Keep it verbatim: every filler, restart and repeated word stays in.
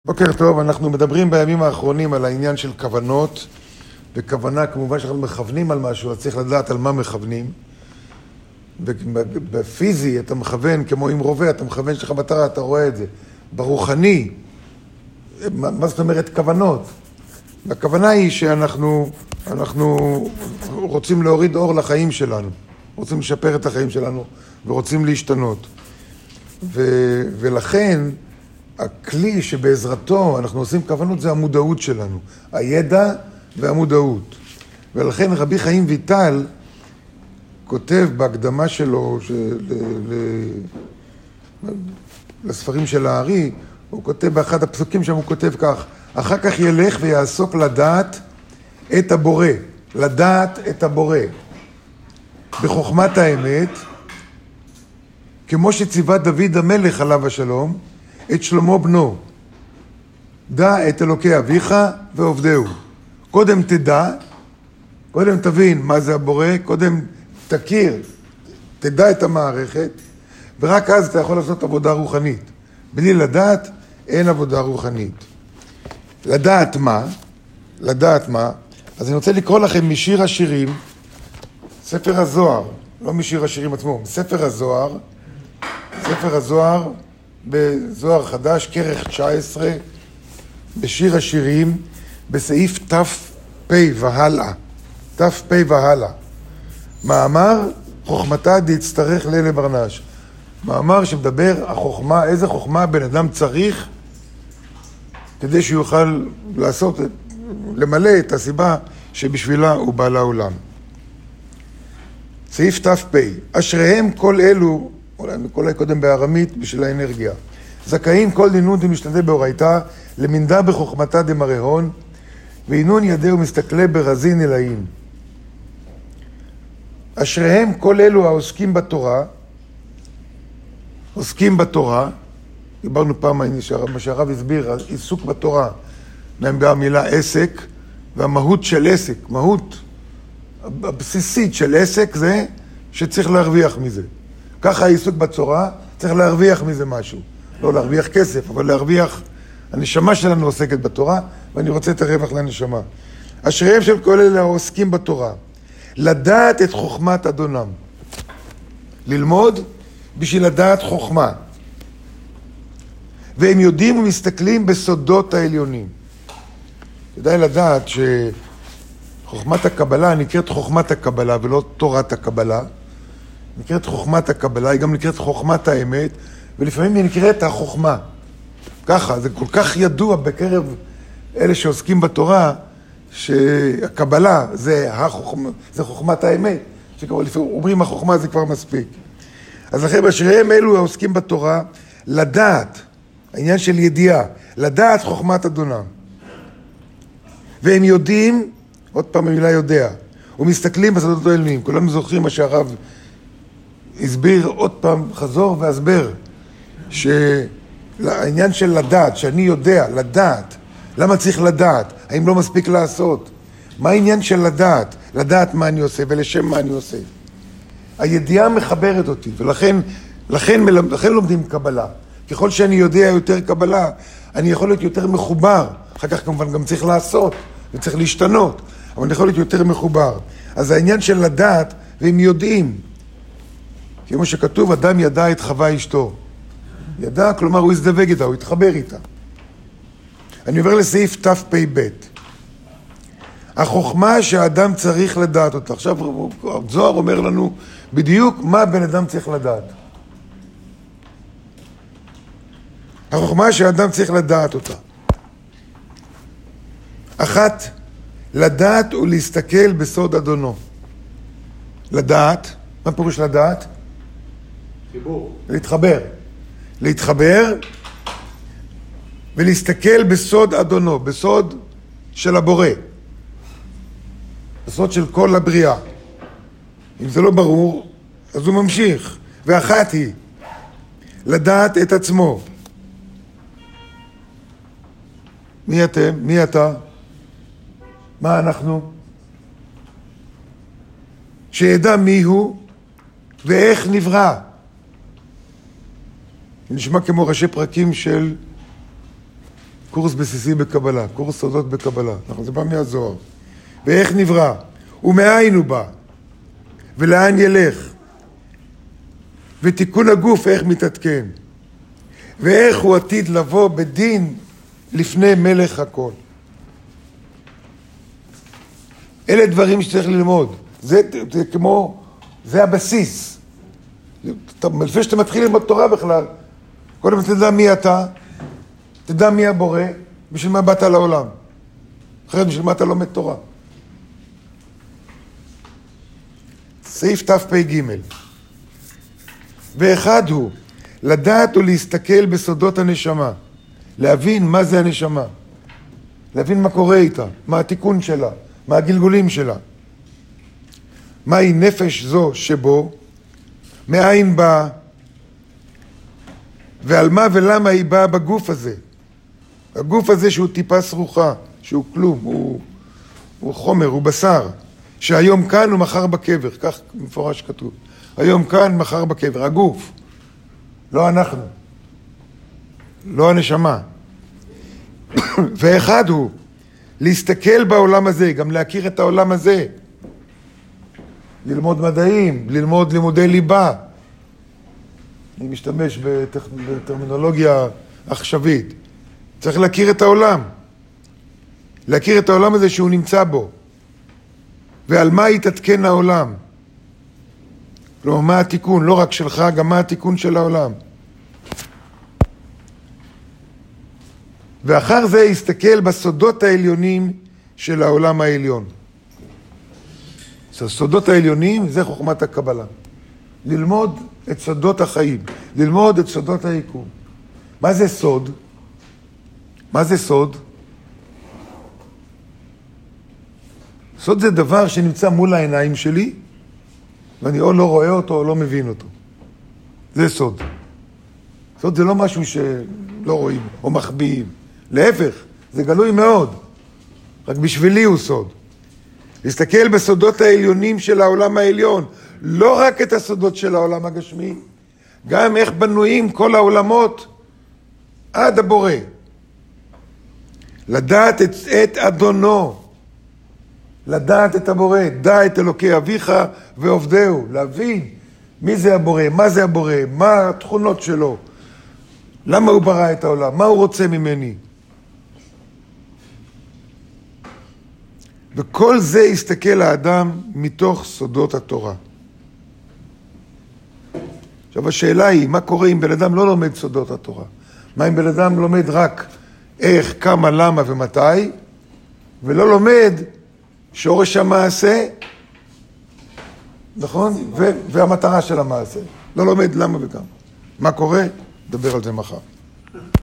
בוקר טוב, אנחנו מדברים בימים האחרונים על העניין של כוונות, וכוונה כמובן שאנחנו מכוונים על משהו, אז צריך לדעת על מה מכוונים. בפיזי אתה מכוון, כמו עם רובה, אתה מכוון שלך מטרה, אתה רואה את זה. ברוחני, מה זאת אומרת כוונות? הכוונה היא שאנחנו אנחנו רוצים להוריד אור לחיים שלנו, רוצים לשפר את החיים שלנו ורוצים להשתנות. ו, ולכן הכלי שבעזרתו אנחנו עושים כוונות זה המודעות שלנו, הידע והמודעות. ולכן רבי חיים ויטל כותב בהקדמה שלו של, ל, ל, לספרים של הארי, הוא כותב באחד הפסוקים שם, הוא כותב כך: אחר כך ילך ויעסוק לדעת את הבורא, לדעת את הבורא בחוכמת האמת, כמו שציווה דוד המלך עליו השלום את שלמה בנו, דע את אלוקי אביך ועובדהו. קודם תדע, קודם תבין מה זה הבורא, קודם תכיר, תדע את המערכת, ורק אז אתה יכול לעשות עבודה רוחנית. בלי לדעת אין עבודה רוחנית. לדעת מה? לדעת מה? אז אני רוצה לקרוא לכם משיר השירים, ספר הזוהר, לא משיר השירים עצמו, ספר הזוהר, ספר הזוהר, בזוהר חדש, כרך תשע עשרה, בשיר השירים, בסעיף ת"פ והלאה, ת"פ והלאה. מאמר חוכמתה דהצטרך לילה ברנש. מאמר שמדבר החוכמה, איזה חוכמה בן אדם צריך כדי שיוכל לעשות, למלא את הסיבה שבשבילה הוא בא לעולם. סעיף ת"פ: אשריהם כל אלו, אולי כל קודם בארמית בשביל האנרגיה, זכאים כל דינון דמשתנה באורייתא למנדה בחוכמתה דמראה הון, ועינון ידהו מסתכלי ברזין אלאים. אשריהם כל אלו העוסקים בתורה, עוסקים בתורה, דיברנו פעם מה שהרב הסביר, עיסוק בתורה, מהמילה עסק, והמהות של עסק, מהות הבסיסית של עסק זה שצריך להרוויח מזה. ככה העיסוק בתורה, צריך להרוויח מזה משהו. לא להרוויח כסף, אבל להרוויח, הנשמה שלנו עוסקת בתורה, ואני רוצה את הרווח לנשמה. אשריהם של כל אלה העוסקים בתורה, לדעת את חוכמת אדונם. ללמוד בשביל לדעת חוכמה. והם יודעים ומסתכלים בסודות העליונים. כדאי לדעת שחוכמת הקבלה נקראת חוכמת הקבלה ולא תורת הקבלה. נקראת חוכמת הקבלה, היא גם נקראת חוכמת האמת, ולפעמים היא נקראת החוכמה. ככה, זה כל כך ידוע בקרב אלה שעוסקים בתורה, שהקבלה זה, החוכמה, זה חוכמת האמת. שכבר לפעמים אומרים החוכמה זה כבר מספיק. אז לכן אשריהם אלו העוסקים בתורה, לדעת, העניין של ידיעה, לדעת חוכמת אדונם. והם יודעים, עוד פעם המילה יודע, ומסתכלים בסודות העליונים. כולם זוכרים מה שהרב הסביר עוד פעם, חזור והסבר, שהעניין של לדעת, שאני יודע, לדעת, למה צריך לדעת? האם לא מספיק לעשות? מה העניין של לדעת? לדעת מה אני עושה ולשם מה אני עושה. הידיעה מחברת אותי, ולכן לכן, לכן לומדים קבלה. ככל שאני יודע יותר קבלה, אני יכול להיות יותר מחובר. אחר כך כמובן גם צריך לעשות, וצריך להשתנות, אבל אני יכול להיות יותר מחובר. אז העניין של לדעת, והם יודעים, כמו שכתוב, אדם ידע את חווה אשתו. ידע, כלומר הוא הזדווג איתה, הוא התחבר איתה. אני עובר לסעיף ת"פ. החוכמה שהאדם צריך לדעת אותה. עכשיו זוהר אומר לנו בדיוק מה בן אדם צריך לדעת. החוכמה שהאדם צריך לדעת אותה. אחת, לדעת ולהסתכל בסוד אדונו. לדעת, מה פירוש לדעת? חיבור. להתחבר. להתחבר ולהסתכל בסוד אדונו, בסוד של הבורא. בסוד של כל הבריאה. אם זה לא ברור, אז הוא ממשיך. ואחת היא, לדעת את עצמו. מי אתם? מי אתה? מה אנחנו? שידע מי הוא ואיך נברא. נשמע כמו ראשי פרקים של קורס בסיסי בקבלה, קורס סודות בקבלה. נכון, זה בא מהזוהר. ואיך נברא? ומאין הוא בא? ולאן ילך? ותיקון הגוף איך מתעדכן? ואיך הוא עתיד לבוא בדין לפני מלך הכל? אלה דברים שצריך ללמוד. זה, זה כמו, זה הבסיס. לפני שאתה מתחיל ללמוד תורה בכלל, קודם תדע מי אתה, תדע מי הבורא, בשביל מה באת לעולם. אחרת בשביל מה אתה לומד תורה. סעיף תפ"ג. ואחד הוא, לדעת ולהסתכל בסודות הנשמה. להבין מה זה הנשמה. להבין מה קורה איתה, מה התיקון שלה, מה הגלגולים שלה. מהי נפש זו שבו, מאין באה, ועל מה ולמה היא באה בגוף הזה. הגוף הזה שהוא טיפה סרוחה, שהוא כלום, הוא, הוא חומר, הוא בשר, שהיום כאן ומחר בקבר, כך מפורש כתוב. היום כאן, מחר בקבר, הגוף, לא אנחנו, לא הנשמה. ואחד הוא, להסתכל בעולם הזה, גם להכיר את העולם הזה, ללמוד מדעים, ללמוד לימודי ליבה. אני משתמש בטכ... בטרמינולוגיה עכשווית. צריך להכיר את העולם. להכיר את העולם הזה שהוא נמצא בו. ועל מה יתעדכן העולם. כלומר, מה התיקון? לא רק שלך, גם מה התיקון של העולם. ואחר זה יסתכל בסודות העליונים של העולם העליון. הסודות העליונים זה חוכמת הקבלה. ללמוד את סודות החיים, ללמוד את סודות היקום. מה זה סוד? מה זה סוד? סוד זה דבר שנמצא מול העיניים שלי, ואני או לא רואה אותו או לא מבין אותו. זה סוד. סוד זה לא משהו שלא רואים או מחביאים. להפך, זה גלוי מאוד. רק בשבילי הוא סוד. להסתכל בסודות העליונים של העולם העליון, לא רק את הסודות של העולם הגשמי, גם איך בנויים כל העולמות עד הבורא. לדעת את, את אדונו, לדעת את הבורא, דע את אלוקי אביך ועובדהו, להבין מי זה הבורא, מה זה הבורא, מה התכונות שלו, למה הוא ברא את העולם, מה הוא רוצה ממני. וכל זה יסתכל האדם מתוך סודות התורה. עכשיו השאלה היא, מה קורה אם בן אדם לא לומד סודות התורה? מה אם בן אדם לומד רק איך, כמה, למה ומתי, ולא לומד שורש המעשה, נכון? ו- והמטרה של המעשה. לא לומד למה וכמה. מה קורה? נדבר על זה מחר.